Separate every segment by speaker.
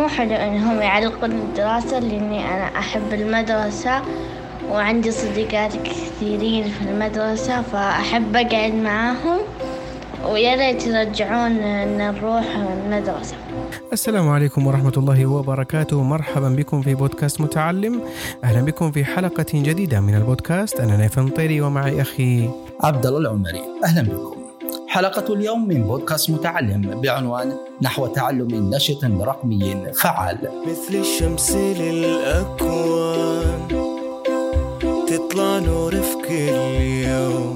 Speaker 1: مو حلو إنهم يعلقون الدراسة، لأني أنا أحب المدرسة وعندي صديقات كثيرين في المدرسة، فأحب أقعد معاهم، ويا ريت يرجعون نروح المدرسة.
Speaker 2: السلام عليكم ورحمة الله وبركاته. مرحبا بكم في بودكاست متعلم. أهلا بكم في حلقة جديدة من البودكاست. أنا نايف المطيري ومعي أخي
Speaker 3: عبد الله العمري. أهلا بكم. حلقة اليوم من بودكاست متعلم بعنوان نحو تعلم نشط رقمي فعال.
Speaker 4: مثل الشمس للأكوان تطلع نور في كل يوم،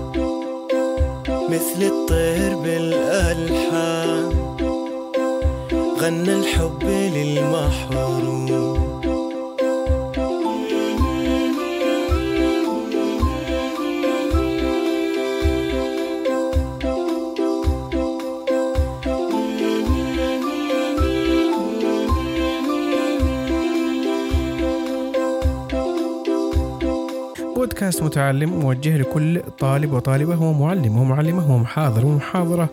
Speaker 4: مثل الطير بالألحان غنى الحب للمحروم.
Speaker 2: بودكاست متعلم موجه لكل طالب وطالبة ومعلم ومعلمة ومحاضر ومحاضرة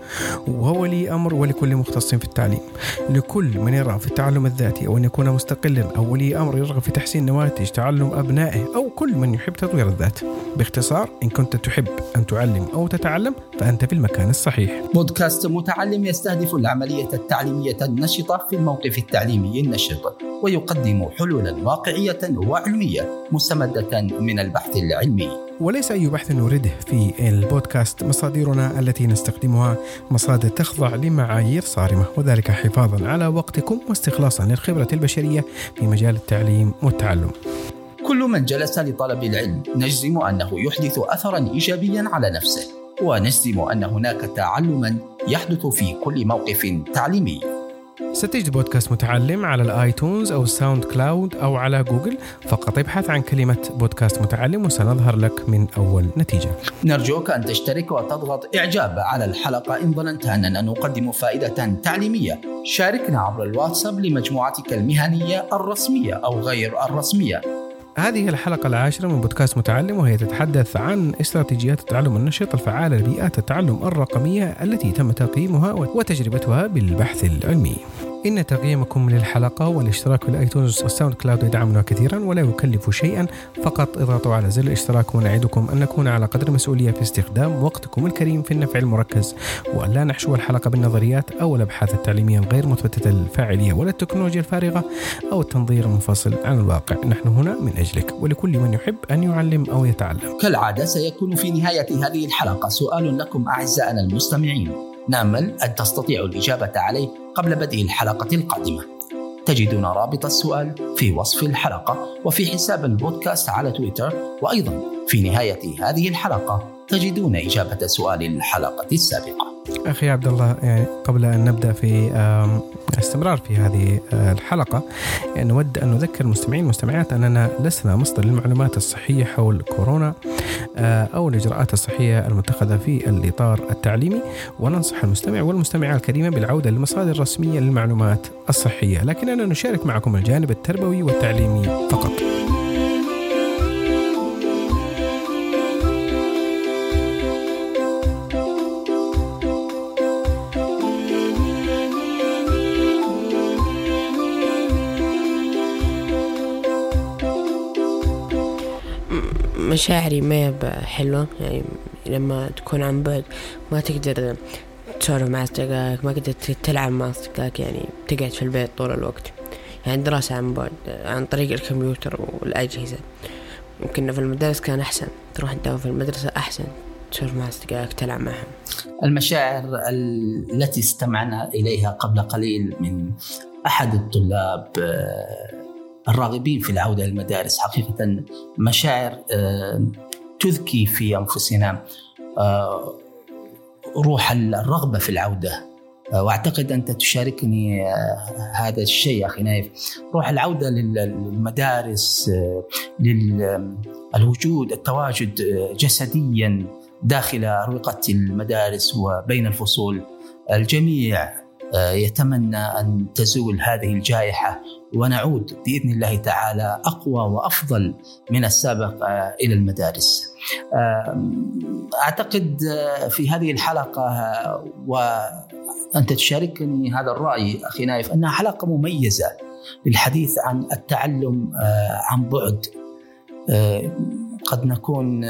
Speaker 2: وولي أمر ولكل مختص في التعليم، لكل من يرغب في التعلم الذاتي أو أن يكون مستقلا، أو ولي أمر يرغب في تحسين نواتج تعلم أبنائه، أو كل من يحب تطوير الذات. باختصار، إن كنت تحب أن تعلم أو تتعلم فأنت في المكان الصحيح.
Speaker 3: بودكاست متعلم يستهدف العملية التعليمية النشطة في الموقف التعليمي النشط، ويقدم حلولا واقعية وعلمية مستمدة من البحث العلمي.
Speaker 2: وليس أي بحث نريده في البودكاست. مصادرنا التي نستخدمها مصادر تخضع لمعايير صارمة، وذلك حفاظا على وقتكم واستخلاصا للخبرة البشرية في مجال التعليم والتعلم.
Speaker 3: كل من جلس لطلب العلم نجزم أنه يحدث أثرا إيجابيا على نفسه، ونجزم أن هناك تعلما يحدث في كل موقف تعليمي.
Speaker 2: ستجد بودكاست متعلم على الآيتونز أو الساوند كلاود أو على جوجل، فقط ابحث عن كلمة بودكاست متعلم وسنظهر لك من أول نتيجة.
Speaker 3: نرجوك أن تشترك وتضغط إعجاب على الحلقة إن ظننت أننا نقدم فائدة تعليمية. شاركنا عبر الواتساب لمجموعتك المهنية الرسمية أو غير الرسمية.
Speaker 2: هذه الحلقة 10 من بودكاست متعلم، وهي تتحدث عن استراتيجيات التعلم النشط الفعالة لبيئات التعلم الرقمية التي تم تقييمها وتجربتها بالبحث العلمي. إن تقييمكم للحلقة والاشتراك في الآيتونز والساوند كلاود يدعمنا كثيرا ولا يكلف شيئا، فقط اضغطوا على زر الاشتراك، ونعدكم أن نكون على قدر مسؤولية في استخدام وقتكم الكريم في النفع المركز، وأن لا نحشو الحلقة بالنظريات أو الأبحاث التعليمية الغير مثبتة الفاعلية ولا التكنولوجيا الفارغة أو التنظير المنفصل عن الواقع. نحن هنا من أجلك ولكل من يحب أن يعلم أو يتعلم.
Speaker 3: كالعادة سيكون في نهاية هذه الحلقة سؤال لكم أعزائنا المستمعين، نأمل أن تستطيعوا الإجابة عليه قبل بدء الحلقة القادمة. تجدون رابط السؤال في وصف الحلقة وفي حساب البودكاست على تويتر، وأيضا في نهاية هذه الحلقة تجدون إجابة سؤال الحلقة السابقة.
Speaker 2: أخي عبد الله، يعني قبل أن نبدأ في استمرار في هذه الحلقة، يعني نود أن نذكر المستمعين والمستمعات أننا لسنا مصدر للمعلومات الصحية حول كورونا أو الإجراءات الصحية المتخذة في الإطار التعليمي، وننصح المستمع والمستمعة الكريمة بالعودة للمصادر الرسمية للمعلومات الصحية، لكننا نشارك معكم الجانب التربوي والتعليمي فقط.
Speaker 5: مشاعري ما حلوة، يعني لما تكون عن بعد ما تقدر تسولف مع أصدقائك، ما قدرت تلعب مع أصدقائك، يعني تقعد في البيت طول الوقت. يعني دراسة عن بعد عن طريق الكمبيوتر والأجهزة. يمكن في المدارس كان أحسن، تروح تداوم في المدرسة أحسن، تسولف مع أصدقائك، تلعب معهم.
Speaker 3: المشاعر التي استمعنا إليها قبل قليل من أحد الطلاب الراغبين في العودة للمدارس، حقيقة مشاعر تذكي في أنفسنا روح الرغبة في العودة، وأعتقد أنت تشاركني هذا الشيء أخي نايف. روح العودة للمدارس، للوجود، التواجد جسديا داخل أروقة المدارس وبين الفصول. الجميع يتمنى أن تزول هذه الجائحة ونعود بإذن الله تعالى أقوى وأفضل من السابق إلى المدارس. أعتقد في هذه الحلقة وأنت تشاركني هذا الرأي أخي نايف أنها حلقة مميزة للحديث عن التعلم عن بعد. قد نكون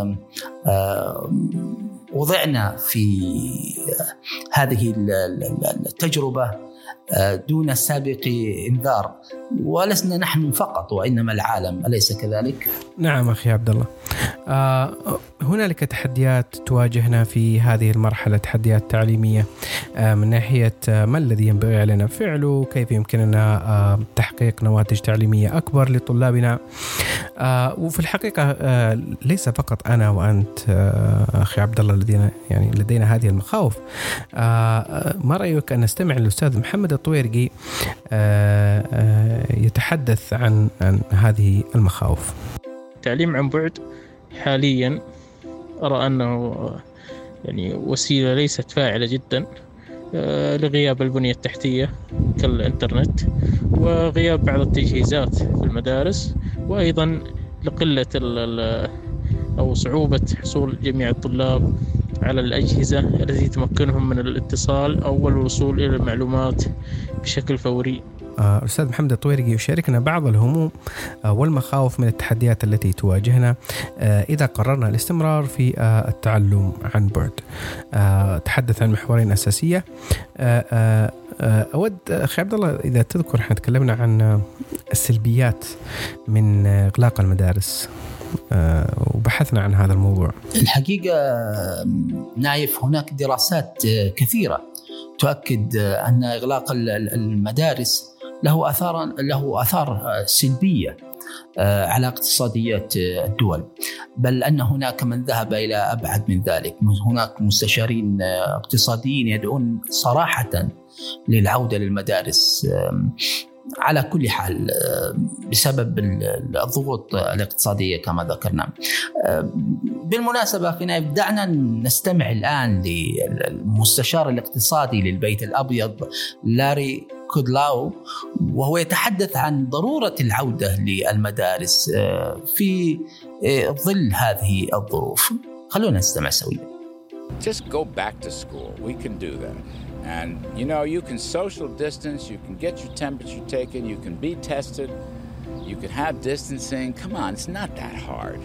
Speaker 3: وضعنا في هذه التجربة دون سابق إنذار، ولسنا نحن فقط وإنما العالم، أليس كذلك؟
Speaker 2: نعم أخي عبد الله. هنالك تحديات تواجهنا في هذه المرحلة، تحديات تعليمية من ناحية ما الذي ينبغي علينا فعله، كيف يمكننا تحقيق نواتج تعليمية أكبر لطلابنا. وفي الحقيقة ليس فقط أنا وأنت أخي عبد الله الذين يعني لدينا هذه المخاوف. ما رأيك أن نستمع للأستاذ محمد الطويرقي يتحدث عن هذه المخاوف؟
Speaker 6: التعليم عن بعد حاليا أرى أنه يعني وسيلة ليست فاعلة جدا لغياب البنية التحتية كالإنترنت وغياب بعض التجهيزات في المدارس، وأيضا لقلة أو صعوبة حصول جميع الطلاب على الأجهزة التي تمكنهم من الاتصال أو الوصول إلى المعلومات بشكل فوري.
Speaker 2: أستاذ محمد الطويرقي يشاركنا بعض الهموم والمخاوف من التحديات التي تواجهنا إذا قررنا الاستمرار في التعلم عن بعد. تحدث عن محورين أساسية. أود أخي عبد الله إذا تذكر احنا تكلمنا عن السلبيات من إغلاق المدارس وبحثنا عن هذا الموضوع.
Speaker 3: الحقيقة نايف هناك دراسات كثيرة تؤكد أن إغلاق المدارس له آثار سلبية على اقتصاديات الدول، بل أن هناك من ذهب إلى أبعد من ذلك. هناك مستشارين اقتصاديين يدعون صراحة للعودة للمدارس على كل حال بسبب الضغوط الاقتصادية كما ذكرنا. بالمناسبة فينا دعنا نستمع الآن للمستشار الاقتصادي للبيت الأبيض لاري كودلاو، وهو يتحدث عن ضرورة العودة للمدارس في ظل هذه الظروف. خلونا نستمع سويا.
Speaker 7: Just go back to school. We can do that. And, you know, you can social distance, you can get your temperature taken, you can be tested, you can have distancing. Come on, it's not that hard.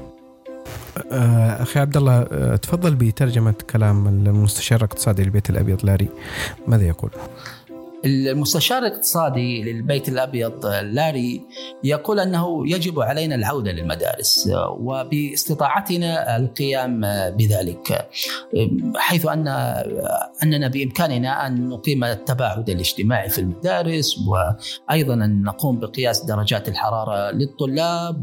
Speaker 2: أخي عبد الله تفضل بترجمة كلام المستشار الاقتصادي للبيت الأبيض لاري، ماذا يقول؟
Speaker 3: المستشار الاقتصادي للبيت الأبيض لاري يقول أنه يجب علينا العودة للمدارس وباستطاعتنا القيام بذلك، حيث أننا بإمكاننا أن نقيم التباعد الاجتماعي في المدارس، وأيضا أن نقوم بقياس درجات الحرارة للطلاب،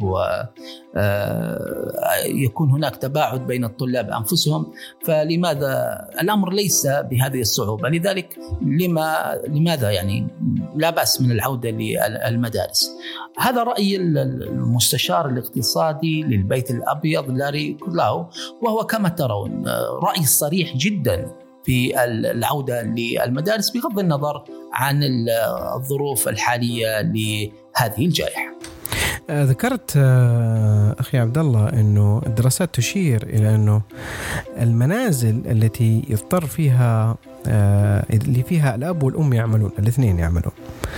Speaker 3: ويكون هناك تباعد بين الطلاب أنفسهم. فلماذا الأمر ليس بهذه الصعوبة؟ لذلك لماذا يعني لا بأس من العودة للمدارس؟ هذا رأي المستشار الاقتصادي للبيت الأبيض لاري كودلاو، وهو كما ترون رأي صريح جدا في العودة للمدارس بغض النظر عن الظروف الحالية لهذه الجائحة.
Speaker 2: ذكرت أخي عبد الله أنه الدراسات تشير إلى أنه المنازل التي يضطر فيها اللي فيها الأب والأم يعملون، الاثنين يعملون،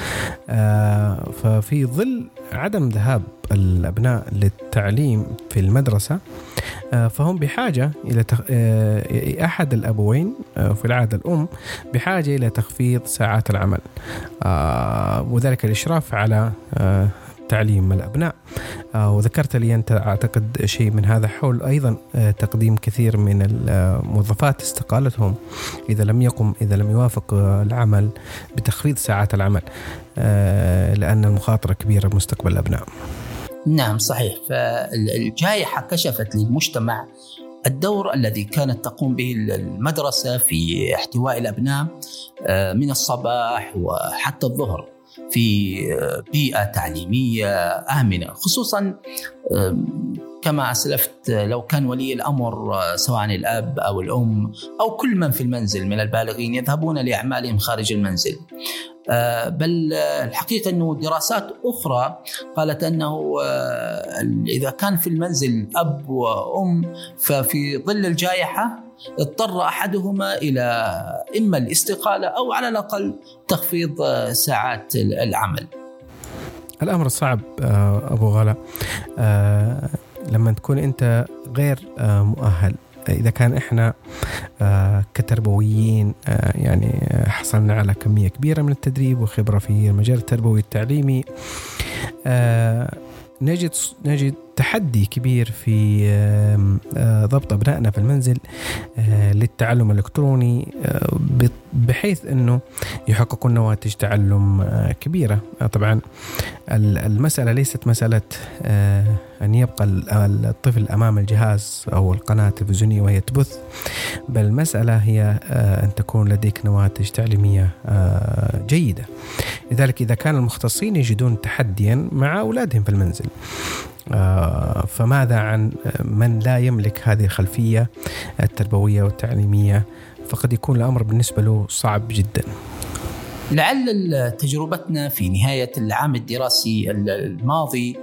Speaker 2: ففي ظل عدم ذهاب الأبناء للتعليم في المدرسة فهم بحاجة إلى أحد الأبوين في العادة الأم بحاجة إلى تخفيض ساعات العمل وذلك الإشراف على تعليم الأبناء. وذكرت لي أنت أعتقد شيء من هذا حول أيضا تقديم كثير من الموظفات استقالتهم إذا لم يوافق العمل بتخفيض ساعات العمل لأن المخاطرة كبيرة بمستقبل الأبناء.
Speaker 3: نعم صحيح. فالجائحة كشفت للمجتمع الدور الذي كانت تقوم به المدرسة في احتواء الأبناء من الصباح وحتى الظهر في بيئة تعليمية آمنة، خصوصا كما أسلفت لو كان ولي الأمر سواء الأب أو الأم أو كل من في المنزل من البالغين يذهبون لأعمالهم خارج المنزل. بل الحقيقة أنه دراسات أخرى قالت أنه إذا كان في المنزل أب وأم ففي ظل الجائحة اضطر أحدهما إلى إما الاستقالة أو على الأقل تخفيض ساعات العمل.
Speaker 2: الأمر صعب أبو غلا لما تكون أنت غير مؤهل. إذا كان إحنا كتربويين يعني حصلنا على كمية كبيرة من التدريب وخبرة في المجال التربوي التعليمي، نجد تحدي كبير في ضبط أبنائنا في المنزل للتعلم الإلكتروني بحيث أنه يحققون نواتج تعلم كبيرة. طبعا المسألة ليست مسألة أن يبقى الطفل أمام الجهاز أو القناة التلفزيونية وهي تبث، بل المسألة هي أن تكون لديك نواتج تعليمية جيدة. لذلك إذا كان المختصين يجدون تحديا مع أولادهم في المنزل، فماذا عن من لا يملك هذه الخلفية التربوية فقد يكون الأمر بالنسبة له صعب جدا.
Speaker 3: لعل تجربتنا في نهاية العام الدراسي الماضي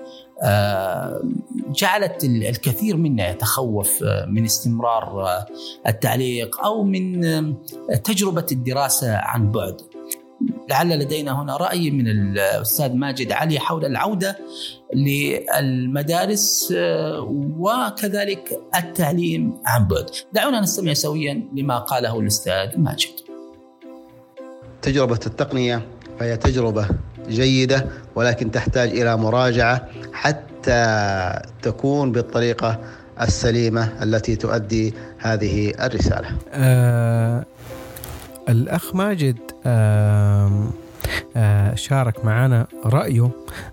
Speaker 3: جعلت الكثير منا يتخوف من استمرار التعليق أو من تجربة الدراسة عن بعد. لعل لدينا هنا رأي من الأستاذ ماجد علي حول العودة للمدارس وكذلك التعليم عن بعد. دعونا نستمع سويا لما قاله الأستاذ ماجد.
Speaker 8: تجربة التقنية فهي تجربة جيدة، ولكن تحتاج إلى مراجعة حتى تكون بالطريقة السليمة التي تؤدي هذه الرسالة.
Speaker 2: الأخ ماجد شارك معنا رأيه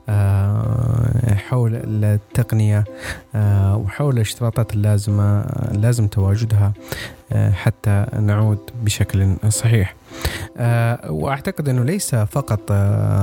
Speaker 2: حول التقنية وحول الاشتراطات لازم تواجدها حتى نعود بشكل صحيح. وأعتقد أنه ليس فقط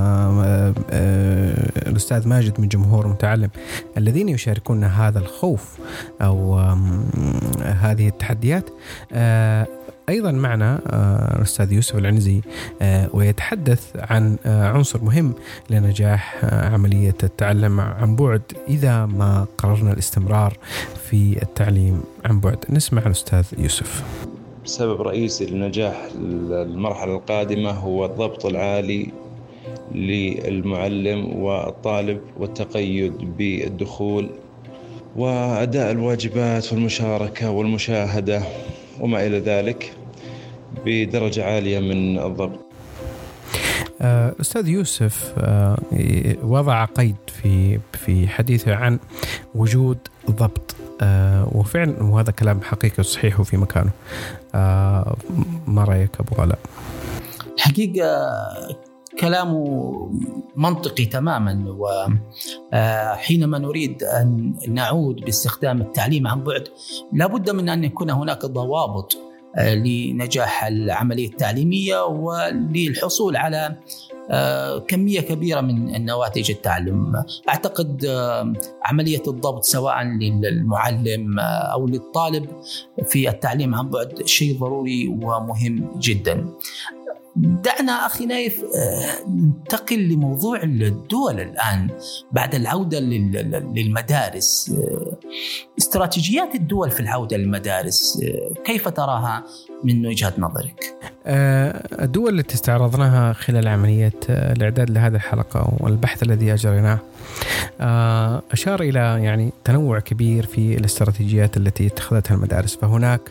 Speaker 2: الأستاذ ماجد من جمهور متعلم الذين يشاركون هذا الخوف أو هذه التحديات، أيضا معنا الأستاذ يوسف العنزي ويتحدث عن عنصر مهم لنجاح عملية التعلم عن بعد إذا ما قررنا الاستمرار في التعليم عن بعد. نسمع الأستاذ يوسف.
Speaker 9: سبب رئيسي لنجاح المرحلة القادمة هو الضبط العالي للمعلم والطالب والتقيد بالدخول وأداء الواجبات والمشاركة والمشاهدة وما إلى ذلك بدرجة عالية من الضبط.
Speaker 2: أستاذ يوسف وضع قيد في حديثه عن وجود ضبط، وفعلا وهذا كلام حقيقي صحيح وفي مكانه. ما رأيك أبو غلاء؟
Speaker 3: الحقيقة كلامه منطقي تماما، وحينما نريد أن نعود باستخدام التعليم عن بعد لابد من أن يكون هناك ضوابط لنجاح العملية التعليمية وللحصول على كمية كبيرة من النواتج التعلم. أعتقد عملية الضبط سواء للمعلم أو للطالب في التعليم عن بعد شيء ضروري ومهم جدا. دعنا أخي نايف ننتقل لموضوع الدول الآن بعد العودة للمدارس. استراتيجيات الدول في العودة للمدارس كيف تراها من وجهة نظرك؟
Speaker 2: الدول التي استعرضناها خلال عملية الإعداد لهذه الحلقة والبحث الذي أجريناه أشار إلى يعني تنوع كبير في الاستراتيجيات التي اتخذتها المدارس. فهناك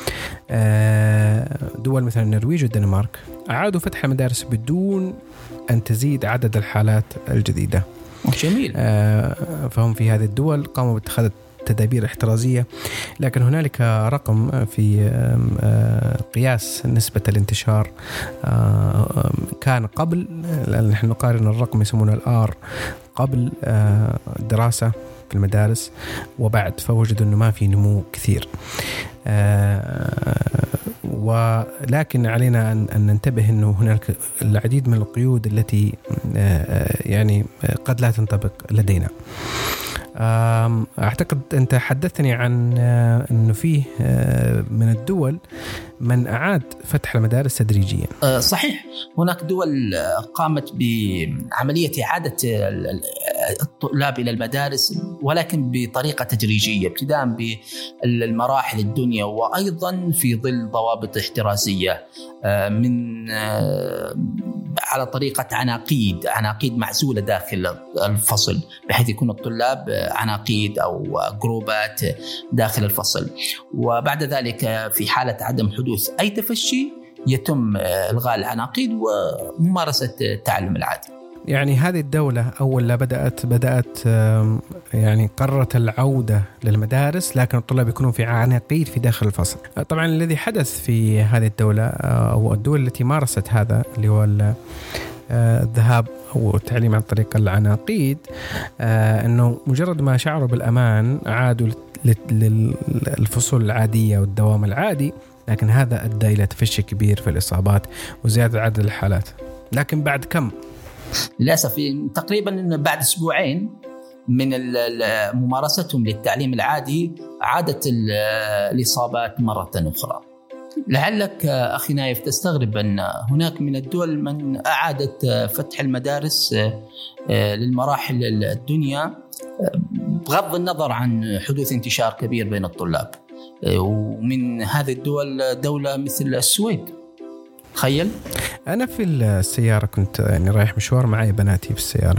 Speaker 2: دول مثل النرويج والدنمارك أعادوا فتح المدارس بدون أن تزيد عدد الحالات الجديدة.
Speaker 3: جميل.
Speaker 2: فهم في هذه الدول قاموا باتخاذ تدابير احترازية، لكن هنالك رقم في قياس نسبة الانتشار كان قبل، لأن نحن نقارن الرقم يسمونه الآر قبل الدراسة في المدارس وبعد، فوجدوا أنه ما في نمو كثير. ولكن علينا أن ننتبه أنه هناك العديد من القيود التي يعني قد لا تنطبق لدينا. أعتقد أنت حدثتني عن أنه فيه من الدول من أعاد فتح المدارس تدريجيا.
Speaker 3: صحيح، هناك دول قامت بعملية إعادة الطلاب إلى المدارس، ولكن بطريقة تدريجية ابتداء بالمراحل الدنيا، وأيضا في ظل ضوابط احترازية من على طريقة عناقيد معزولة داخل الفصل، بحيث يكون الطلاب عناقيد أو جروبات داخل الفصل. وبعد ذلك في حالة عدم حدوث أي تفشي يتم إلغاء العناقيد وممارسة التعلم العادي.
Speaker 2: يعني هذه الدولة أول لا بدأت يعني قررت العودة للمدارس، لكن الطلاب يكونون في عناقيد في داخل الفصل. طبعا الذي حدث في هذه الدولة أو الدول التي مارست هذا اللي هو الذهاب أو التعليم عن طريق العناقيد، أنه مجرد ما شعروا بالأمان عادوا للفصول العادية والدوام العادي، لكن هذا أدى إلى تفشي كبير في الإصابات وزيادة عدد الحالات. لكن بعد كم؟
Speaker 3: للأسف تقريبا بعد أسبوعين من ممارستهم للتعليم العادي عادت الإصابات مرة أخرى. لعلك أخي نايف تستغرب أن هناك من الدول من أعادت فتح المدارس للمراحل الدنيا بغض النظر عن حدوث انتشار كبير بين الطلاب، ومن هذه الدول دولة مثل السويد. تخيل
Speaker 2: أنا في السيارة كنت يعني رايح مشوار معي بناتي في السيارة،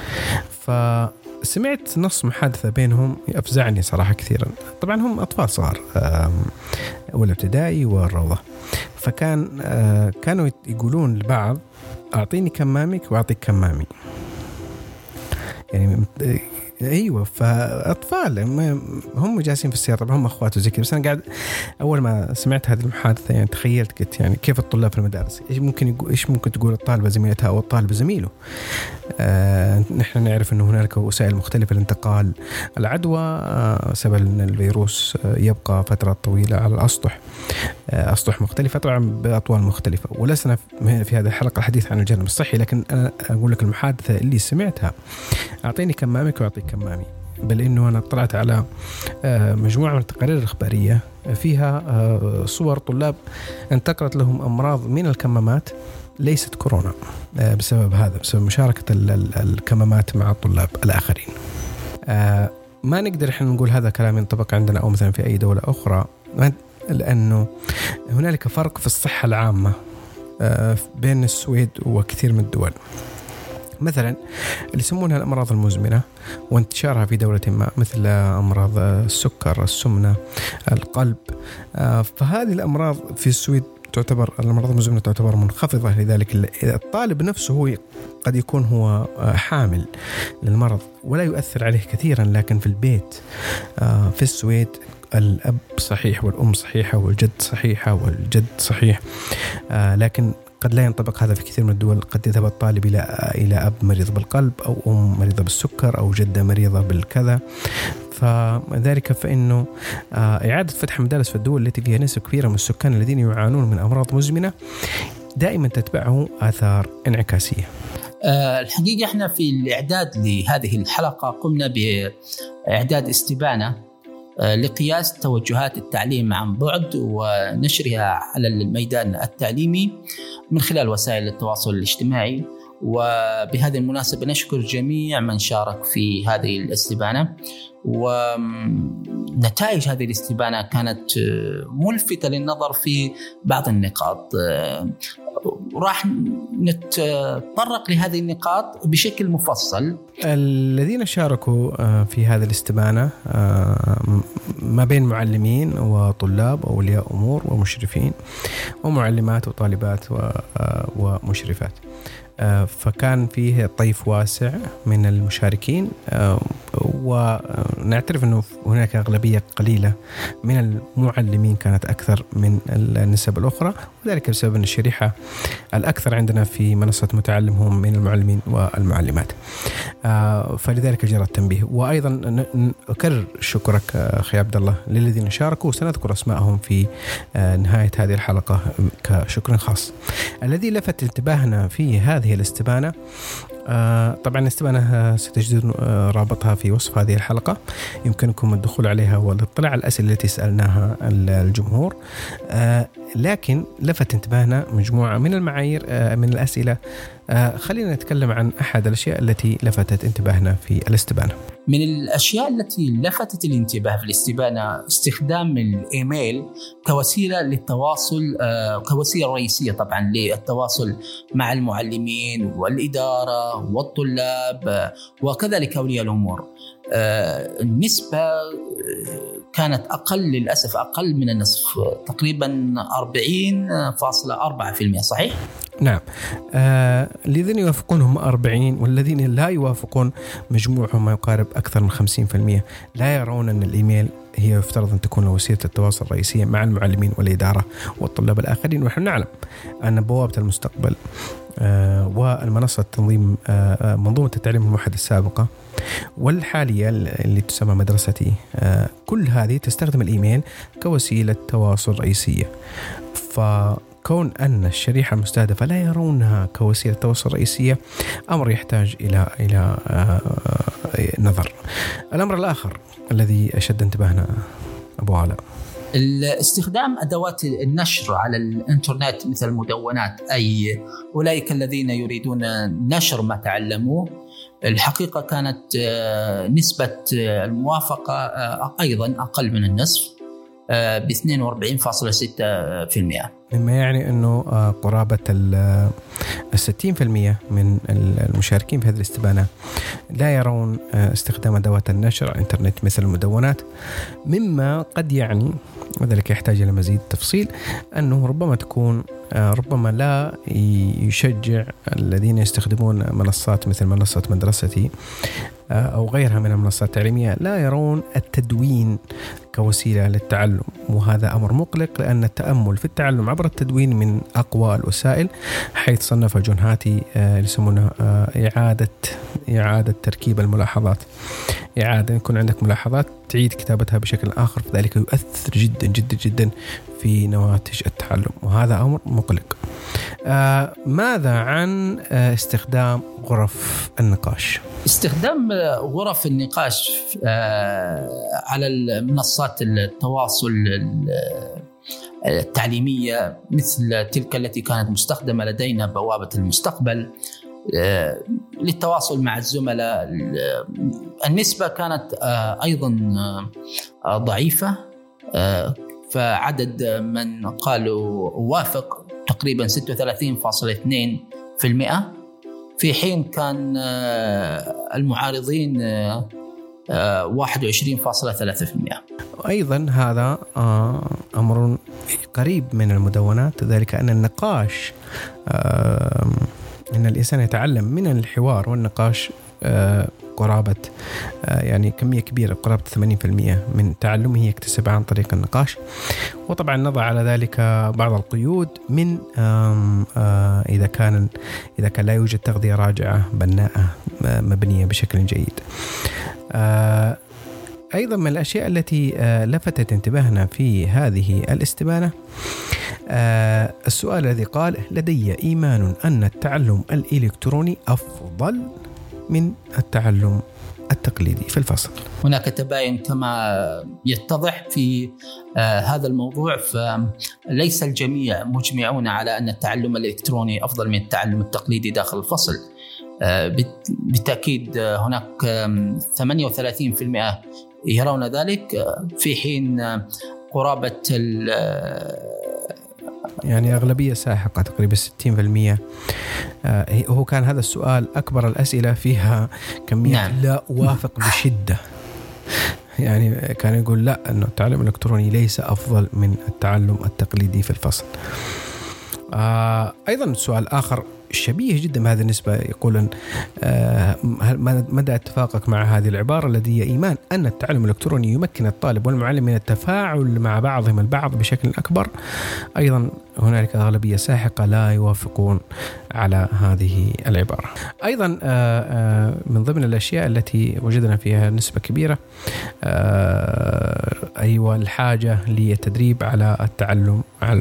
Speaker 2: فسمعت نص محادثة بينهم أفزعني صراحة كثيرا. طبعا هم أطفال صغار، أول ابتدائي والروضة، كانوا يقولون لبعض أعطيني كمامك وأعطيك كمامي. يعني ايوه، فاطفال هم جالسين في السياره، طبعا هم اخوات وزي كذا. بس انا قاعد اول ما سمعت هذه المحادثه يعني تخيلت، قلت يعني كيف الطلاب في المدارس ايش ممكن تقول الطالبه زميلتها او الطالب زميله. نحن نعرف انه هنالك وسائل مختلفه لانتقال العدوى سبب ان الفيروس يبقى فترات طويله على الاسطح، اسطح مختلفه طبعا باطوال مختلفه. ولسنا في هذه الحلقه الحديث عن الجانب الصحي، لكن انا اقول لك المحادثه اللي سمعتها اعطيني كمامك واعطيك كمامي. بل إنه أنا طلعت على مجموعة من التقارير الإخبارية فيها صور طلاب انتقلت لهم أمراض من الكمامات ليست كورونا بسبب هذا، بسبب مشاركة الكمامات مع الطلاب الآخرين. ما نقدر إحنا نقول هذا كلام ينطبق عندنا أو مثلا في أي دولة أخرى، لأنه هنالك فرق في الصحة العامة بين السويد وكثير من الدول. مثلا اللي يسمونها الأمراض المزمنة وانتشارها في دولة ما، مثل أمراض السكر، السمنة، القلب، فهذه الأمراض في السويد تعتبر الأمراض المزمنة تعتبر منخفضة. لذلك الطالب نفسه هو قد يكون هو حامل للمرض ولا يؤثر عليه كثيرا، لكن في البيت في السويد الأب صحيح والأم صحيحة والجد صحيحة والجد صحيح، لكن قد لا ينطبق هذا في كثير من الدول. قد يذهب الطالب إلى أب مريض بالقلب أو أم مريضة بالسكر أو جدة مريضة بالكذا. فذلك فإنه إعادة فتح مدارس في الدول التي فيها نسبة كبيرة من السكان الذين يعانون من أمراض مزمنة دائما تتبعه آثار انعكاسية.
Speaker 3: الحقيقة احنا في الإعداد لهذه الحلقة قمنا بإعداد استبانة لقياس توجهات التعليم عن بعد ونشرها على الميدان التعليمي من خلال وسائل التواصل الاجتماعي. وبهذه المناسبة نشكر جميع من شارك في هذه الاستبانة، ونتائج هذه الاستبانة كانت ملفتة للنظر في بعض النقاط. راح نتطرق لهذه النقاط بشكل مفصل.
Speaker 2: الذين شاركوا في هذه الاستبانة ما بين معلمين وطلاب وأولياء أمور ومشرفين ومعلمات وطالبات ومشرفات، فكان فيه طيف واسع من المشاركين، ونعترف أنه هناك أغلبية قليلة من المعلمين كانت أكثر من النسب الأخرى، وذلك بسبب أن الشريحة الأكثر عندنا في منصة متعلم هم من المعلمين والمعلمات، فلذلك جرى التنبيه. وأيضا أكرر شكرك أخي عبد الله للذين شاركوا، وسنذكر أسماءهم في نهاية هذه الحلقة كشكر خاص. الذي لفت انتباهنا في هذه الاستبانة، طبعا الاستبانة ستجدون رابطها في وصف هذه الحلقة. يمكنكم الدخول عليها والاطلاع على الأسئلة التي سألناها الجمهور، لكن لفت انتباهنا مجموعة من المعايير من الأسئلة. خلينا نتكلم عن أحد الأشياء التي لفتت انتباهنا في الاستبانة.
Speaker 3: من الأشياء التي لفتت الانتباه في الاستبانة استخدام الإيميل كوسيلة للتواصل، كوسيلة رئيسية طبعا للتواصل مع المعلمين والإدارة والطلاب وكذلك أولياء الأمور. النسبة كانت أقل، للأسف أقل من النصف، تقريبا 40.4%. صحيح؟
Speaker 2: نعم. الذين يوافقون هم 40، والذين لا يوافقون مجموعهم ما يقارب أكثر من 50%. لا يرون أن الإيميل هي يفترض أن تكون وسيلة التواصل الرئيسية مع المعلمين والإدارة والطلاب الآخرين. ونحن نعلم أن بوابة المستقبل والمنصة تنظيم منظومة التعليم الموحد السابقة والحالية اللي تسمى مدرستي، كل هذه تستخدم الإيميل كوسيلة تواصل رئيسية. فكون أن الشريحة المستهدفة لا يرونها كوسيلة تواصل رئيسية أمر يحتاج إلى نظر. الأمر الآخر الذي أشد انتباهنا أبو علاء،
Speaker 3: استخدام أدوات النشر على الإنترنت مثل المدونات، أي أولئك الذين يريدون نشر ما تعلموه. الحقيقة كانت نسبة الموافقة أيضا أقل من النصف ب42.6%،
Speaker 2: مما يعني أنه قرابة 60% من المشاركين في هذه الاستبانة لا يرون استخدام أدوات النشر على الإنترنت مثل المدونات، مما قد يعني، وذلك يحتاج إلى مزيد تفصيل، أنه ربما لا يشجع الذين يستخدمون منصات مثل منصة مدرستي أو غيرها من المنصات التعليمية لا يرون التدوين كوسيلة للتعلم. وهذا أمر مقلق، لأن التأمل في التعلم عبر التدوين من أقوى الوسائل، حيث صنف جون هاتي يسمونه إعادة تركيب الملاحظات. يكون عندك ملاحظات تعيد كتابتها بشكل آخر، فذلك يؤثر جدا جدا جدا في نواتج التعلم، وهذا أمر مقلق. ماذا عن استخدام غرف النقاش؟
Speaker 3: استخدام غرف النقاش على المنصات التواصل التعليمية مثل تلك التي كانت مستخدمة لدينا بوابة المستقبل للتواصل مع الزملاء، النسبة كانت أيضا ضعيفة. فعدد من قالوا وافق تقريبا 36.2%، في حين كان المعارضين 21.3%.
Speaker 2: أيضا هذا أمر قريب من المدونات، ذلك أن النقاش أن الإنسان يتعلم من الحوار والنقاش قرابة يعني كمية كبيرة، قرابة 80% من تعلمه يكتسب عن طريق النقاش. وطبعا نضع على ذلك بعض القيود، من إذا كان لا يوجد تغذية راجعة بناءة مبنية بشكل جيد. أيضا من الأشياء التي لفتت انتباهنا في هذه الاستبانة السؤال الذي قال: لدي إيمان أن التعلم الإلكتروني أفضل من التعلم التقليدي في الفصل.
Speaker 3: هناك تباين كما يتضح في هذا الموضوع، فليس الجميع مجمعون على أن التعلم الإلكتروني أفضل من التعلم التقليدي داخل الفصل. بالتأكيد هناك 38% يرون ذلك، في حين قرابة
Speaker 2: يعني أغلبية ساحقة تقريبا 60%. هو كان هذا السؤال أكبر الأسئلة فيها كمية نعم. لا أوافق بشدة. يعني كان يقول لا، أنه التعلم الإلكتروني ليس أفضل من التعلم التقليدي في الفصل. أيضا سؤال آخر شبيه جدا بهذه النسبة يقول مدى اتفاقك مع هذه العبارة: لدي إيمان أن التعلم الإلكتروني يمكن الطالب والمعلم من التفاعل مع بعضهم البعض بشكل أكبر. أيضا هنالك أغلبية ساحقة لا يوافقون على هذه العبارة. أيضا من ضمن الأشياء التي وجدنا فيها نسبة كبيرة الحاجة للتدريب على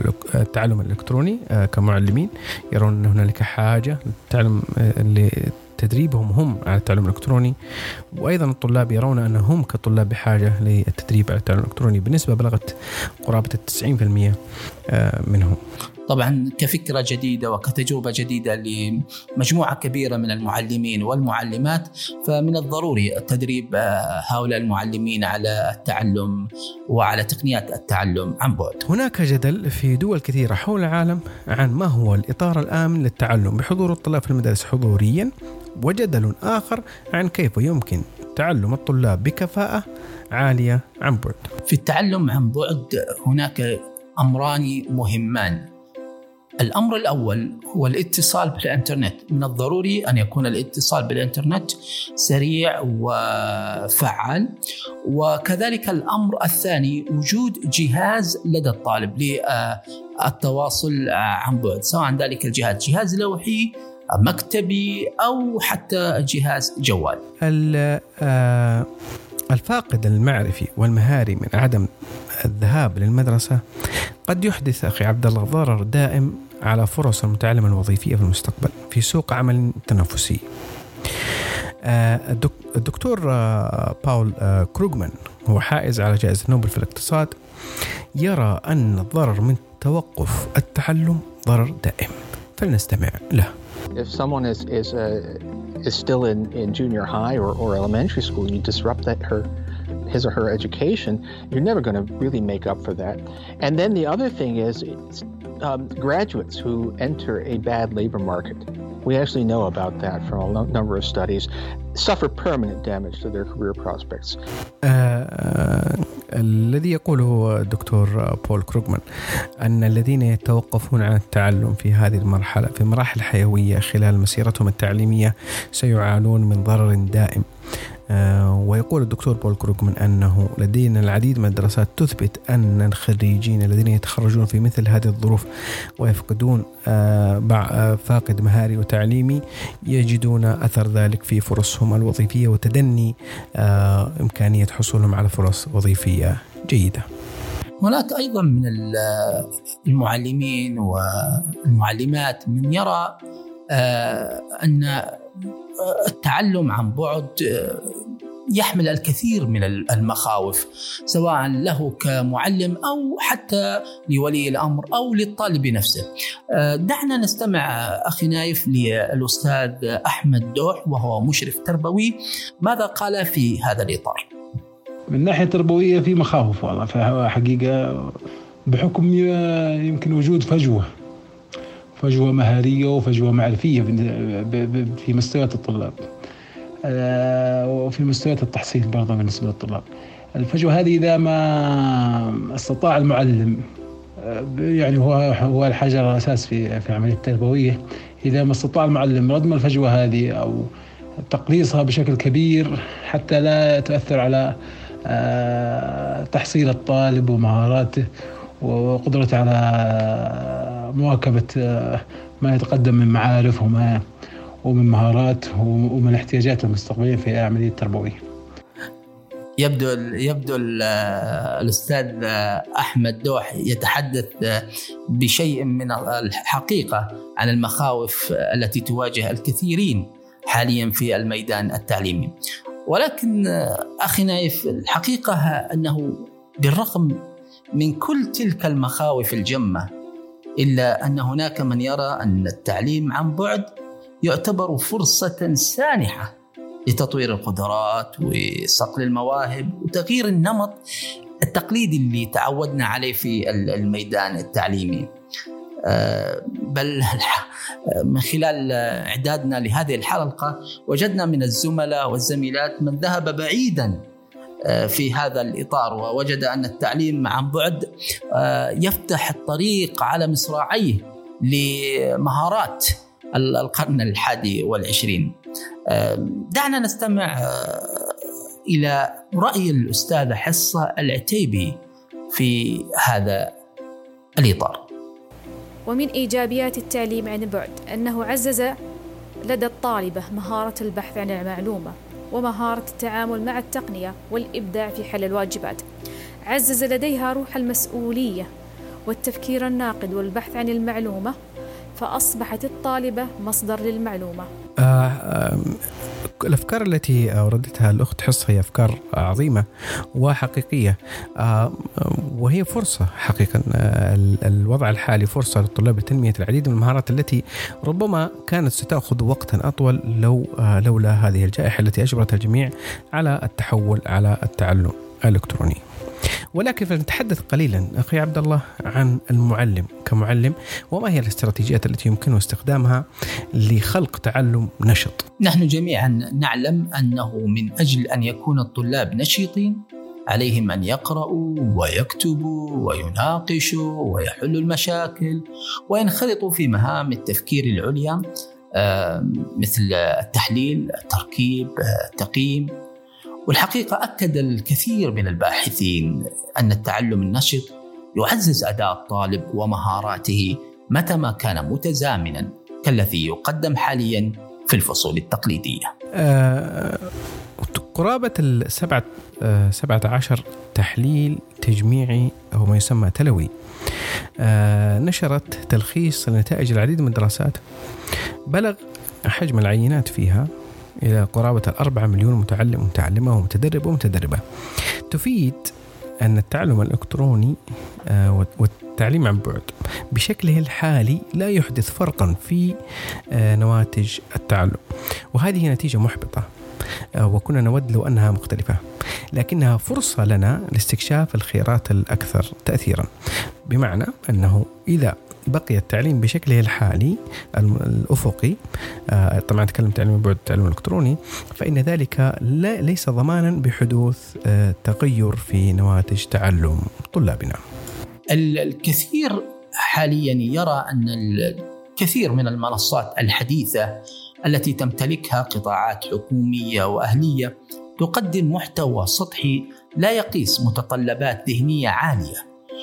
Speaker 2: التعلم الإلكتروني كمعلمين. يرون أن هنالك حاجة تدريبهم هم على التعلم الإلكتروني، وأيضا الطلاب يرون أنهم كطلاب بحاجة للتدريب على التعلم الإلكتروني بنسبة بلغت قرابة 90% منهم.
Speaker 3: طبعا كفكرة جديدة وكتجربة جديدة لمجموعة كبيرة من المعلمين والمعلمات، فمن الضروري تدريب هؤلاء المعلمين على التعلم وعلى تقنيات التعلم عن بعد.
Speaker 2: هناك جدل في دول كثيرة حول العالم عن ما هو الإطار الآمن للتعلم بحضور الطلاب في المدارس حضوريا، وجدل آخر عن كيف يمكن تعلم الطلاب بكفاءة عالية عن بعد.
Speaker 3: في التعلم عن بعد هناك أمران مهمان. الأمر الأول هو الاتصال بالإنترنت. من الضروري أن يكون الاتصال بالإنترنت سريع وفعال، وكذلك الأمر الثاني وجود جهاز لدى الطالب للتواصل عن بعد، سواء ذلك جهاز لوحي مكتبي أو حتى جهاز جوال.
Speaker 2: الفاقد المعرفي والمهاري من عدم الذهاب للمدرسة قد يحدث أخي عبد الله ضرر دائم على فرص المتعلم الوظيفية في المستقبل في سوق عمل تنافسي. الدكتور باول كروغمان هو حائز على جائزة نوبل في الاقتصاد، يرى أن الضرر من توقف التعلم ضرر دائم، فلنستمع له.
Speaker 10: If someone is still in junior high or elementary school, you disrupt his or her education, you're never going to really make up for that. And then the other thing is graduates who enter a bad labor market. We actually know about that from a number of studies, suffer permanent damage to their career prospects.
Speaker 2: الذي يقوله الدكتور بول كروغمان أن الذين يتوقفون عن التعلم في هذه المرحلة في مراحل حيوية خلال مسيرتهم التعليمية سيعانون من ضرر دائم. ويقول الدكتور بول كروغمان أنه لدينا العديد من الدراسات تثبت أن الخريجين الذين يتخرجون في مثل هذه الظروف ويفقدون فاقد مهاري وتعليمي يجدون أثر ذلك في فرصهم الوظيفية وتدني إمكانية حصولهم على فرص وظيفية جيدة.
Speaker 3: هناك أيضا من المعلمين والمعلمات من يرى أن التعلم عن بعد يحمل الكثير من المخاوف، سواء له كمعلم أو حتى لولي الأمر أو للطالب نفسه. دعنا نستمع أخي نايف للأستاذ أحمد دوح وهو مشرف تربوي، ماذا قال في هذا الإطار؟
Speaker 11: من ناحية تربوية في مخاوف والله، فهو حقيقة بحكم يمكن وجود فجوة مهارية وفجوة معرفية في مستويات الطلاب وفي مستويات التحصيل برضه بالنسبة للطلاب. الفجوة هذه إذا ما استطاع المعلم، يعني هو الحجر الأساس في العملية التربوية، إذا ما استطاع المعلم ردم الفجوة هذه أو تقليصها بشكل كبير حتى لا تؤثر على تحصيل الطالب ومهاراته وقدرته على مواكبة ما يتقدم من معارف ومن مهارات ومن احتياجات المستقبلية في العملية التربوية.
Speaker 3: يبدو الأستاذ أحمد دوح يتحدث بشيء من الحقيقة عن المخاوف التي تواجه الكثيرين حاليا في الميدان التعليمي. ولكن أخي نايف، الحقيقة أنه بالرغم من كل تلك المخاوف الجمة، إلا أن هناك من يرى أن التعليم عن بعد يعتبر فرصة سانحة لتطوير القدرات وصقل المواهب وتغيير النمط التقليدي اللي تعودنا عليه في الميدان التعليمي. بل من خلال إعدادنا لهذه الحلقة وجدنا من الزملاء والزميلات من ذهب بعيدا في هذا الإطار ووجد أن التعليم عن بعد يفتح الطريق على مصراعيه لمهارات القرن 21. دعنا نستمع إلى رأي الأستاذة حصة العتيبي في هذا الإطار.
Speaker 12: ومن إيجابيات التعليم عن بعد أنه عزز لدى الطالبة مهارة البحث عن المعلومة ومهارة التعامل مع التقنية والإبداع في حل الواجبات. عزز لديها روح المسؤولية والتفكير الناقد والبحث عن المعلومة، فأصبحت الطالبة مصدر للمعلومة.
Speaker 2: الأفكار التي أوردتها الأخت حصة هي أفكار عظيمة وحقيقية، وهي فرصة حقيقة. الوضع الحالي فرصة للطلاب لتنمية العديد من المهارات التي ربما كانت ستأخذ وقتا أطول لولا هذه الجائحة التي أجبرت الجميع على التحول على التعلم الإلكتروني. ولكن فنتحدث قليلا أخي عبد الله عن المعلم كمعلم، وما هي الاستراتيجيات التي يمكنه استخدامها لخلق تعلم نشط؟
Speaker 3: نحن جميعا نعلم أنه من أجل أن يكون الطلاب نشيطين عليهم أن يقرأوا ويكتبوا ويناقشوا ويحلوا المشاكل وينخرطوا في مهام التفكير العليا، مثل التحليل، التركيب، التقييم. والحقيقة أكد الكثير من الباحثين أن التعلم النشط يعزز أداء الطالب ومهاراته متى ما كان متزامنا كالذي يقدم حاليا في الفصول التقليدية.
Speaker 2: قرابة 17 تحليل تجميعي أو ما يسمى تلوي نشرت تلخيص لنتائج العديد من الدراسات، بلغ حجم العينات فيها إلى قرابة 4 مليون متعلم ومتعلمة ومتدرب ومتدربة. تفيد أن التعلم الإلكتروني والتعليم عن بعد بشكله الحالي لا يحدث فرقا في نواتج التعلم، وهذه نتيجة محبطة وكنا نود لو أنها مختلفة، لكنها فرصة لنا لاستكشاف الخيارات الأكثر تأثيرا. بمعنى أنه إذا بقي التعليم بشكله الحالي الأفقي، طبعا أتكلم تعليم بعد التعلم الإلكتروني، فإن ذلك ليس ضمانا بحدوث تغير في نواتج تعلم طلابنا.
Speaker 3: الكثير حاليا يرى أن الكثير من المنصات الحديثة التي تمتلكها قطاعات حكومية وأهلية تقدم محتوى سطحي لا يقيس متطلبات ذهنية عالية،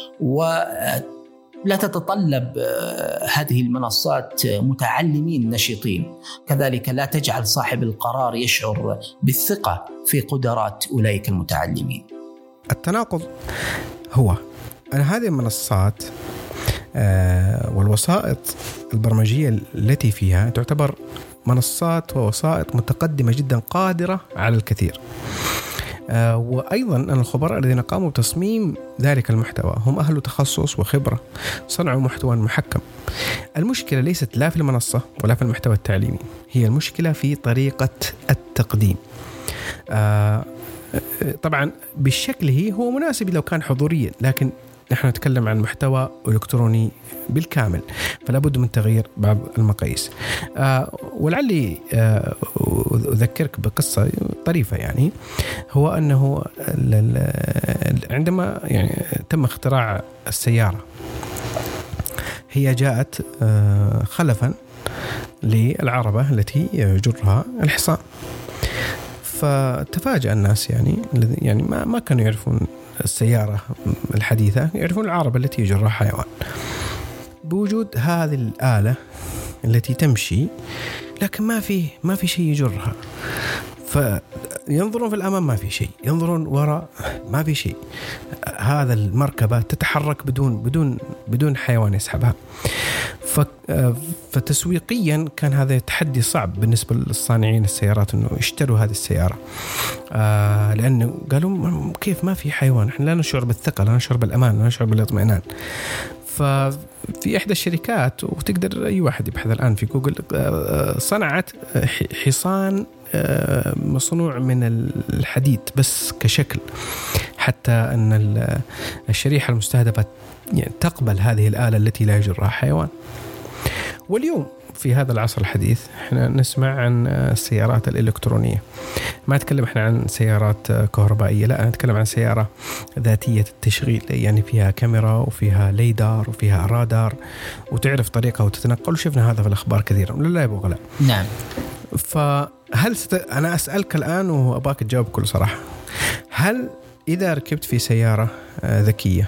Speaker 3: ولا تتطلب هذه المنصات متعلمين نشيطين، كذلك لا تجعل صاحب القرار يشعر بالثقة في قدرات أولئك المتعلمين.
Speaker 2: التناقض هو أن هذه المنصات والوسائط البرمجية التي فيها تعتبر منصات ووسائط متقدمة جدا قادرة على الكثير، وأيضا أن الخبراء الذين قاموا بتصميم ذلك المحتوى هم أهل تخصص وخبرة، صنعوا محتوى محكم. المشكلة ليست لا في المنصة ولا في المحتوى التعليمي، هي المشكلة في طريقة التقديم. طبعا بالشكل هو مناسب لو كان حضوريا، لكن نحن نتكلم عن محتوى إلكتروني بالكامل، فلا بد من تغيير بعض المقاييس. ولعلي أذكرك بقصة طريفة، يعني هو أنه عندما تم اختراع السيارة، هي جاءت خلفا للعربة التي يجرها الحصان، فتفاجأ الناس يعني ما كانوا يعرفون السيارة الحديثة، يعرفون العربة التي يجرها حيوان. بوجود هذه الآلة التي تمشي لكن ما في شيء يجرها، فينظرون في الأمام ما في شيء، ينظرون وراء ما في شيء، هذا المركبة تتحرك بدون حيوان يسحبها. فتسويقيا كان هذا تحدي صعب بالنسبة للصانعين السيارات أنه يشتروا هذه السيارة، لأنه قالوا كيف ما في حيوان، إحنا لا نشعر بالثقة، لا نشعر بالأمان، لا نشعر بالاطمئنان. ففي إحدى الشركات، وتقدر أي واحد يبحث الآن في جوجل، صنعت حصان مصنوع من الحديد بس كشكل، حتى أن الشريحة المستهدفة تقبل هذه الآلة التي لا يجرها حيوان. واليوم في هذا العصر الحديث احنا نسمع عن السيارات الإلكترونية، ما نتكلم احنا عن سيارات كهربائية، لا نتكلم عن سيارة ذاتية التشغيل، يعني فيها كاميرا وفيها ليدار وفيها رادار وتعرف طريقة وتتنقل، وشفنا هذا في الأخبار كثيرا، ولا لا يبغى لا؟
Speaker 3: نعم.
Speaker 2: فهل أنا أسألك الآن وأباك تجاوب بكل صراحة، هل إذا ركبت في سيارة ذكية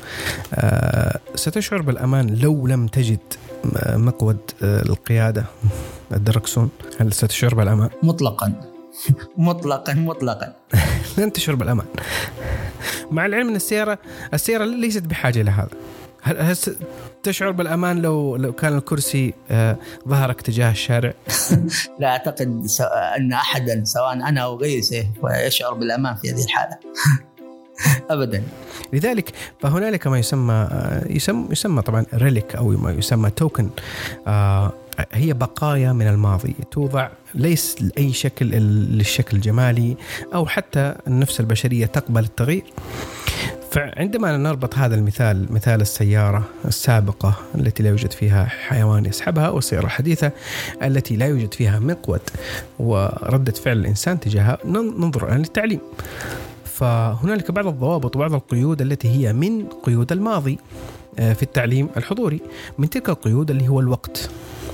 Speaker 2: ستشعر بالأمان لو لم تجد مقود القيادة الدركسون؟ هل ستشعر بالأمان؟
Speaker 3: مطلقا مطلقا مطلقا
Speaker 2: لن تشعر بالأمان، مع العلم أن السيارة ليست بحاجة لهذا. هل تشعر بالأمان لو كان الكرسي ظهرك تجاه الشارع؟
Speaker 3: لا أعتقد أن أحدا سواء أنا أو غيري يشعر بالأمان في هذه الحالة أبدا.
Speaker 2: لذلك فهنالك ما يسمى طبعا ريليك أو ما يسمى توكن، هي بقايا من الماضي توضع ليس لأي شكل للشكل الجمالي أو حتى النفس البشرية تقبل التغيير. فعندما نربط هذا المثال مثال السيارة السابقة التي لا يوجد فيها حيوان يسحبها والسيارة الحديثة التي لا يوجد فيها مقود وردة فعل الإنسان تجاهها، ننظر الآن للتعليم. فهنالك بعض الضوابط وبعض القيود التي هي من قيود الماضي في التعليم الحضوري. من تلك القيود اللي هو الوقت.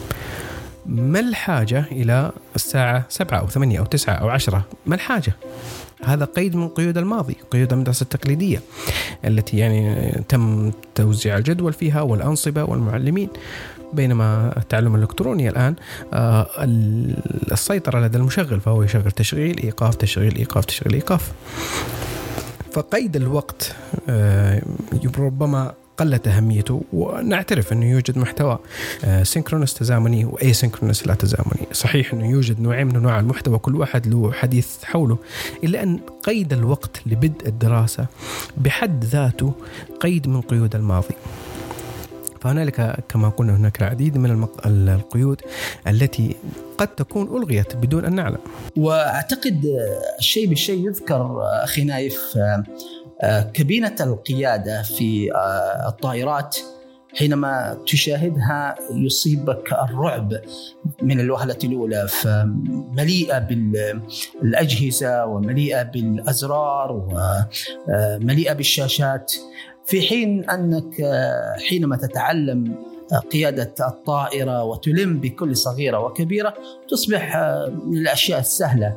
Speaker 2: ما الحاجة إلى الساعة 7 أو 8 أو 9 أو 10؟ ما الحاجة؟ هذا قيد من قيود الماضي، قيود المدرسة التقليدية التي يعني تم توزيع الجدول فيها والأنصبة والمعلمين. بينما التعلم الإلكتروني الآن السيطرة لدى المشغل، فهو يشغل تشغيل إيقاف تشغيل إيقاف تشغيل إيقاف. فقيد الوقت ربما قلت أهميته، ونعترف أنه يوجد محتوى سينكرونس تزامني وأيسينكرونس لا تزامني. صحيح أنه يوجد نوعين من أنواع المحتوى كل واحد له حديث حوله، إلا أن قيد الوقت لبدء الدراسة بحد ذاته قيد من قيود الماضي. فهنالك كما قلنا هناك العديد من القيود التي قد تكون ألغيت بدون أن نعلم.
Speaker 3: وأعتقد الشيء بالشيء يذكر أخي نايف كابينة القيادة في الطائرات حينما تشاهدها يصيبك الرعب من الوهلة الأولى، مليئة بالأجهزة ومليئة بالأزرار ومليئة بالشاشات، في حين أنك حينما تتعلم قيادة الطائرة وتلم بكل صغيرة وكبيرة تصبح من الأشياء السهلة.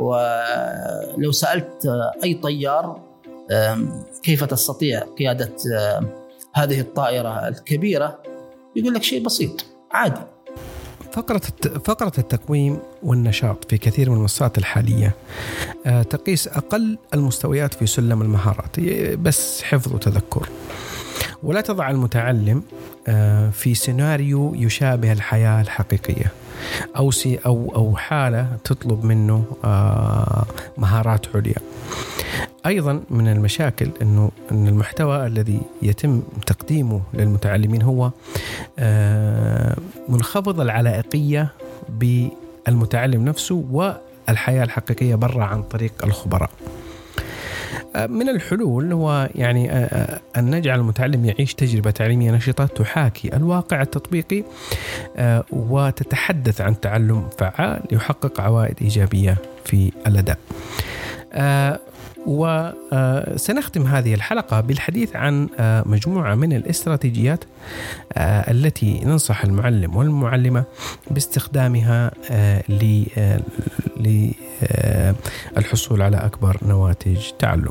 Speaker 3: ولو سألت أي طيار كيف تستطيع قيادة هذه الطائرة الكبيرة يقول لك شيء بسيط عادي.
Speaker 2: فقرة التقويم والنشاط في كثير من المنصات الحالية تقيس أقل المستويات في سلم المهارات، بس حفظ وتذكر، ولا تضع المتعلم في سيناريو يشابه الحياة الحقيقية أو حالة تطلب منه مهارات عليا. أيضا من المشاكل أن المحتوى الذي يتم تقديمه للمتعلمين هو منخفض العلائقية بالمتعلم نفسه والحياة الحقيقية برا عن طريق الخبراء. من الحلول هو يعني أن نجعل المتعلم يعيش تجربة تعليمية نشطة تحاكي الواقع التطبيقي وتتحدث عن تعلم فعال يحقق عوائد إيجابية في الأداء. وسنختم هذه الحلقة بالحديث عن مجموعة من الاستراتيجيات التي ننصح المعلم والمعلمة باستخدامها للحصول على أكبر نواتج تعلم.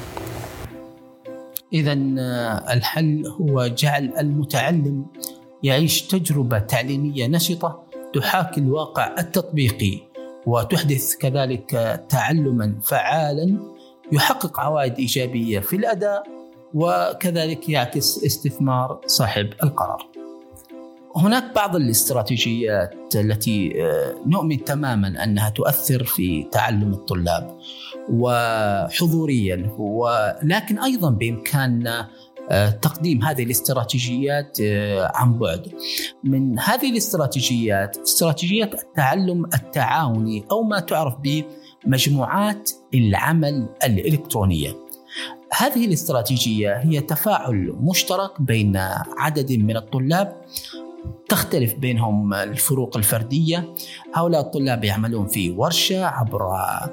Speaker 3: إذن الحل هو جعل المتعلم يعيش تجربة تعليمية نشطة تحاكي الواقع التطبيقي وتحدث كذلك تعلما فعالا يحقق عوائد إيجابية في الأداء وكذلك يعكس استثمار صاحب القرار. هناك بعض الاستراتيجيات التي نؤمن تماما أنها تؤثر في تعلم الطلاب وحضوريا، ولكن أيضا بإمكاننا تقديم هذه الاستراتيجيات عن بعد. من هذه الاستراتيجيات استراتيجيات التعلم التعاوني أو ما تعرف بمجموعات العمل الإلكترونية. هذه الاستراتيجية هي تفاعل مشترك بين عدد من الطلاب تختلف بينهم الفروق الفردية. هؤلاء الطلاب يعملون في ورشة عبر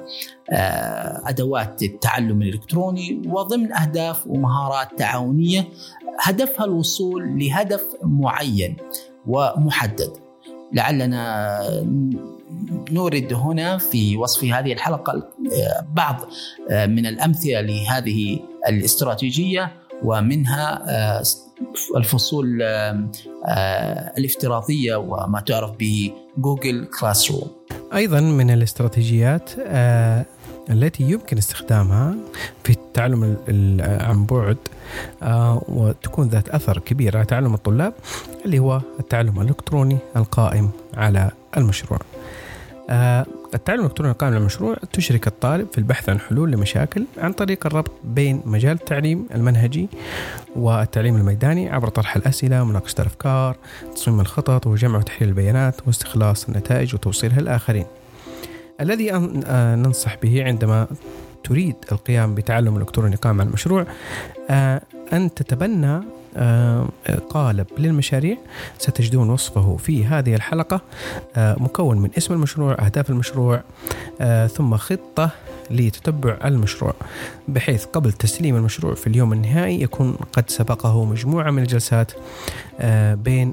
Speaker 3: أدوات التعلم الإلكتروني وضمن أهداف ومهارات تعاونية هدفها الوصول لهدف معين ومحدد. لعلنا نورد هنا في وصف هذه الحلقة بعض من الأمثلة لهذه الاستراتيجية، ومنها الفصول الافتراضية وما تعرف به جوجل كلاس روم.
Speaker 2: أيضا من الاستراتيجيات التي يمكن استخدامها في التعلم عن بعد وتكون ذات أثر كبير على تعلم الطلاب، اللي هو التعلم الإلكتروني القائم على المشروع. التعلم الإلكتروني القائم على المشروع تشرك الطالب في البحث عن حلول لمشاكل عن طريق الربط بين مجال التعليم المنهجي والتعليم الميداني عبر طرح الأسئلة، مناقشة الأفكار، تصميم الخطط، وجمع وتحليل البيانات، واستخلاص النتائج وتوصيلها للآخرين. الذي ننصح به عندما تريد القيام بتعلم الإلكتروني قائم على المشروع أن تتبنى قالب للمشاريع ستجدون وصفه في هذه الحلقة، مكون من اسم المشروع، أهداف المشروع، ثم خطة لتتبع المشروع، بحيث قبل تسليم المشروع في اليوم النهائي يكون قد سبقه مجموعة من الجلسات بين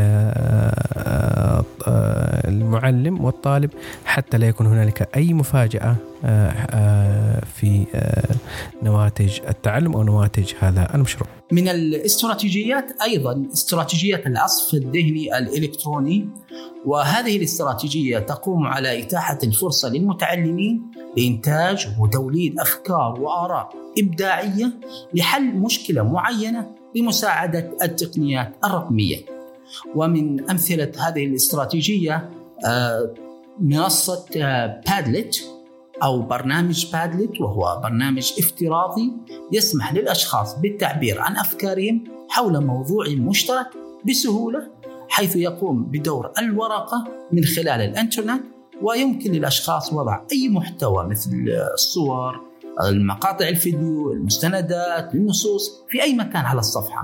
Speaker 2: المعلم والطالب، حتى لا يكون هنالك أي مفاجأة في نواتج التعلم أو نواتج هذا المشروع.
Speaker 3: من الاستراتيجيات أيضا استراتيجية العصف الذهني الإلكتروني، وهذه الاستراتيجية تقوم على إتاحة الفرصة للمتعلمين لإنتاج وتوليد أفكار وآراء إبداعية لحل مشكلة معينة بمساعدة التقنيات الرقمية. ومن أمثلة هذه الاستراتيجية منصة بادلت أو برنامج بادلت، وهو برنامج افتراضي يسمح للأشخاص بالتعبير عن أفكارهم حول موضوع مشترك بسهولة، حيث يقوم بدور الورقة من خلال الإنترنت، ويمكن للأشخاص وضع أي محتوى مثل الصور، المقاطع الفيديو، المستندات، النصوص في أي مكان على الصفحة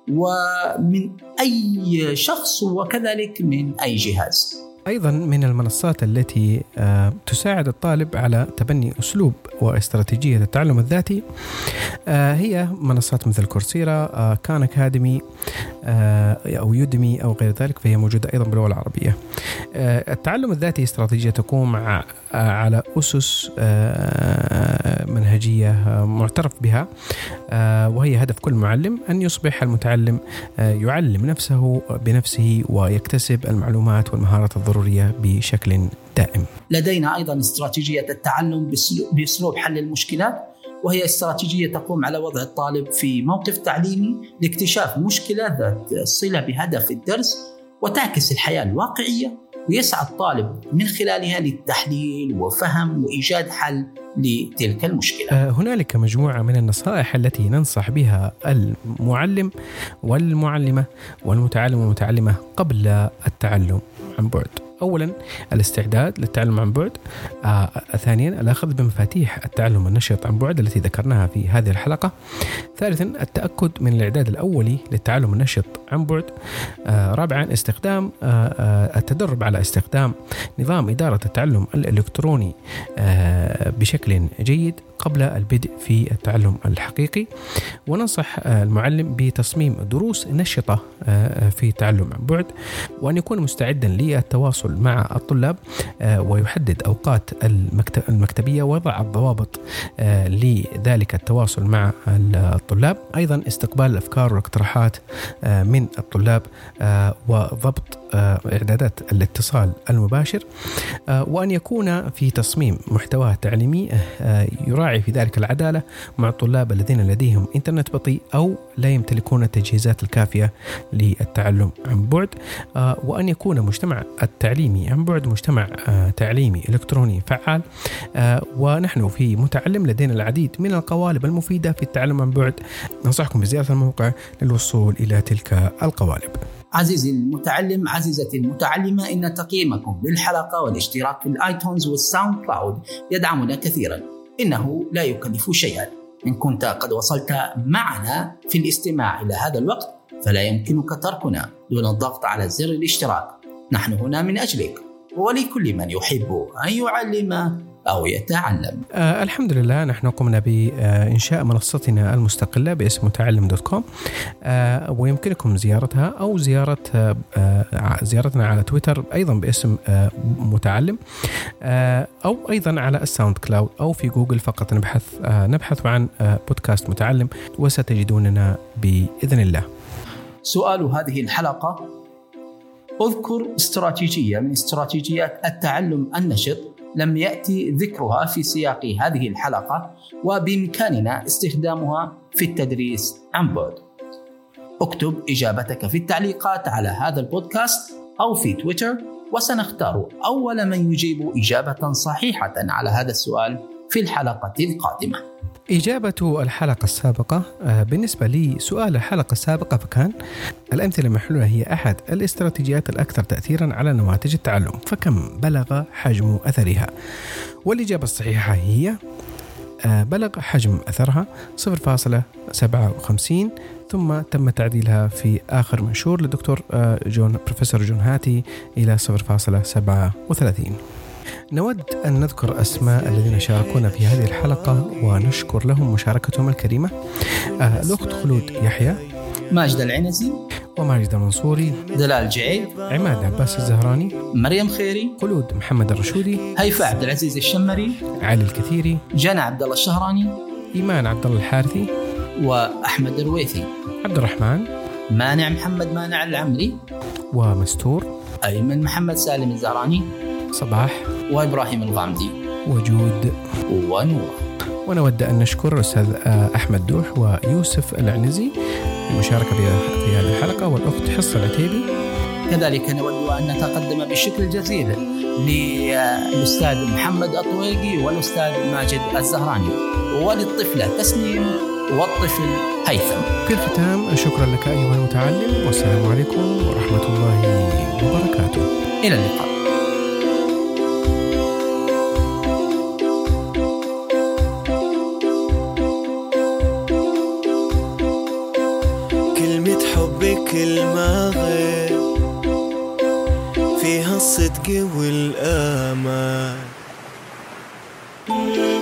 Speaker 3: ومن أي شخص وكذلك من أي جهاز.
Speaker 2: أيضا من المنصات التي تساعد الطالب على تبني أسلوب واستراتيجية التعلم الذاتي هي منصات مثل كورسيرا، كان أكاديمي أو يودمي أو غير ذلك، فهي موجودة أيضا باللغة العربية. التعلم الذاتي استراتيجية تقوم على أسس منهجية معترف بها، وهي هدف كل معلم أن يصبح المتعلم يعلم نفسه بنفسه ويكتسب المعلومات والمهارات الضرورية بشكل دائم.
Speaker 3: لدينا أيضا استراتيجية التعلم بأسلوب حل المشكلات، وهي استراتيجية تقوم على وضع الطالب في موقف تعليمي لاكتشاف مشكلة ذات صلة بهدف الدرس وتعكس الحياة الواقعية، ويسعى الطالب من خلالها للتحليل وفهم وإيجاد حل لتلك المشكلة.
Speaker 2: هنالك مجموعة من النصائح التي ننصح بها المعلم والمعلمة والمتعلم والمتعلمة قبل التعلم عن بعد. أولا الاستعداد للتعلم عن بعد، ثانيا الأخذ بمفاتيح التعلم النشط عن بعد التي ذكرناها في هذه الحلقة، ثالثا التأكد من الإعداد الأولي للتعلم النشط عن بعد، رابعا استخدام التدرب على استخدام نظام إدارة التعلم الإلكتروني بشكل جيد قبل البدء في التعلم الحقيقي، وننصح المعلم بتصميم دروس نشطة في التعلم عن بعد، وأن يكون مستعدا للتواصل مع الطلاب ويحدد أوقات المكتبية ويضع الضوابط لذلك التواصل مع الطلاب. أيضا استقبال الأفكار والاقتراحات من الطلاب وضبط إعدادات الاتصال المباشر، وأن يكون في تصميم محتوى تعليمي يراعي في ذلك العدالة مع الطلاب الذين لديهم إنترنت بطيء أو لا يمتلكون التجهيزات الكافية للتعلم عن بعد، وأن يكون مجتمع التعليمي عن بعد مجتمع تعليمي إلكتروني فعال. ونحن في متعلم لدينا العديد من القوالب المفيدة في التعلم عن بعد، ننصحكم بزيارة الموقع للوصول إلى تلك القوالب.
Speaker 3: عزيزي المتعلم، عزيزتي المتعلمة، إن تقييمكم للحلقة والاشتراك في الآيتونز والساوند كلاود يدعمنا كثيرا، إنه لا يكلف شيئا. إن كنت قد وصلت معنا في الاستماع إلى هذا الوقت فلا يمكنك تركنا دون الضغط على زر الاشتراك. نحن هنا من أجلك ولكل من يحب أن يعلم أو يتعلم.
Speaker 2: الحمد لله، نحن قمنا بإنشاء منصتنا المستقلة باسم متعلم.com، ويمكنكم زيارتها أو زيارتنا على تويتر أيضا باسم متعلم، أو أيضا على الساوند كلاود أو في جوجل فقط نبحث عن بودكاست متعلم وستجدوننا بإذن الله.
Speaker 3: سؤال هذه الحلقة: اذكر استراتيجية من استراتيجيات التعلم النشط لم يأتي ذكرها في سياق هذه الحلقة وبإمكاننا استخدامها في التدريس عن بعد؟ اكتب إجابتك في التعليقات على هذا البودكاست أو في تويتر، وسنختار أول من يجيب إجابة صحيحة على هذا السؤال في الحلقة القادمة.
Speaker 2: إجابة الحلقة السابقة، بالنسبة لي سؤال الحلقة السابقة فكان الأمثلة المحلولة هي أحد الاستراتيجيات الأكثر تأثيرا على نماذج التعلم، فكم بلغ حجم أثرها؟ والإجابة الصحيحة هي بلغ حجم أثرها 0.57، ثم تم تعديلها في آخر منشور للدكتور بروفيسور جون هاتي إلى 0.37. نود أن نذكر أسماء الذين شاركونا في هذه الحلقة ونشكر لهم مشاركتهم الكريمة: الأخت خلود يحيى،
Speaker 3: ماجد العنزي،
Speaker 2: وماجد المنصوري،
Speaker 3: دلال جعيب،
Speaker 2: عماد عباس الزهراني،
Speaker 3: مريم خيري،
Speaker 2: خلود محمد الرشودي،
Speaker 3: هيفاء عبد العزيز الشمري،
Speaker 2: علي الكثيري،
Speaker 3: جنى عبد الله الشهراني،
Speaker 2: إيمان عبد الله الحارثي،
Speaker 3: وأحمد الرويثي،
Speaker 2: عبد الرحمن،
Speaker 3: مانع محمد مانع العمري،
Speaker 2: ومستور،
Speaker 3: أيمن محمد سالم الزهراني،
Speaker 2: صباح،
Speaker 3: وإبراهيم الغامدي،
Speaker 2: وجود،
Speaker 3: ونور.
Speaker 2: ونود أن نشكر الأستاذ أحمد دوح ويوسف العنزي المشاركة في هذه الحلقة، والأخت حصة العتيبي.
Speaker 3: كذلك نود أن نتقدم بالشكر الجزيل للأستاذ محمد الطويقي والأستاذ ماجد الزهراني، وللطفلة تسنيم والطفل هيثم.
Speaker 2: في الختام شكرا لك أيها المتعلم، والسلام عليكم ورحمة الله وبركاته.
Speaker 3: إلى اللقاء.
Speaker 4: كلمة حب كلمة غير فيها الصدق والأمان.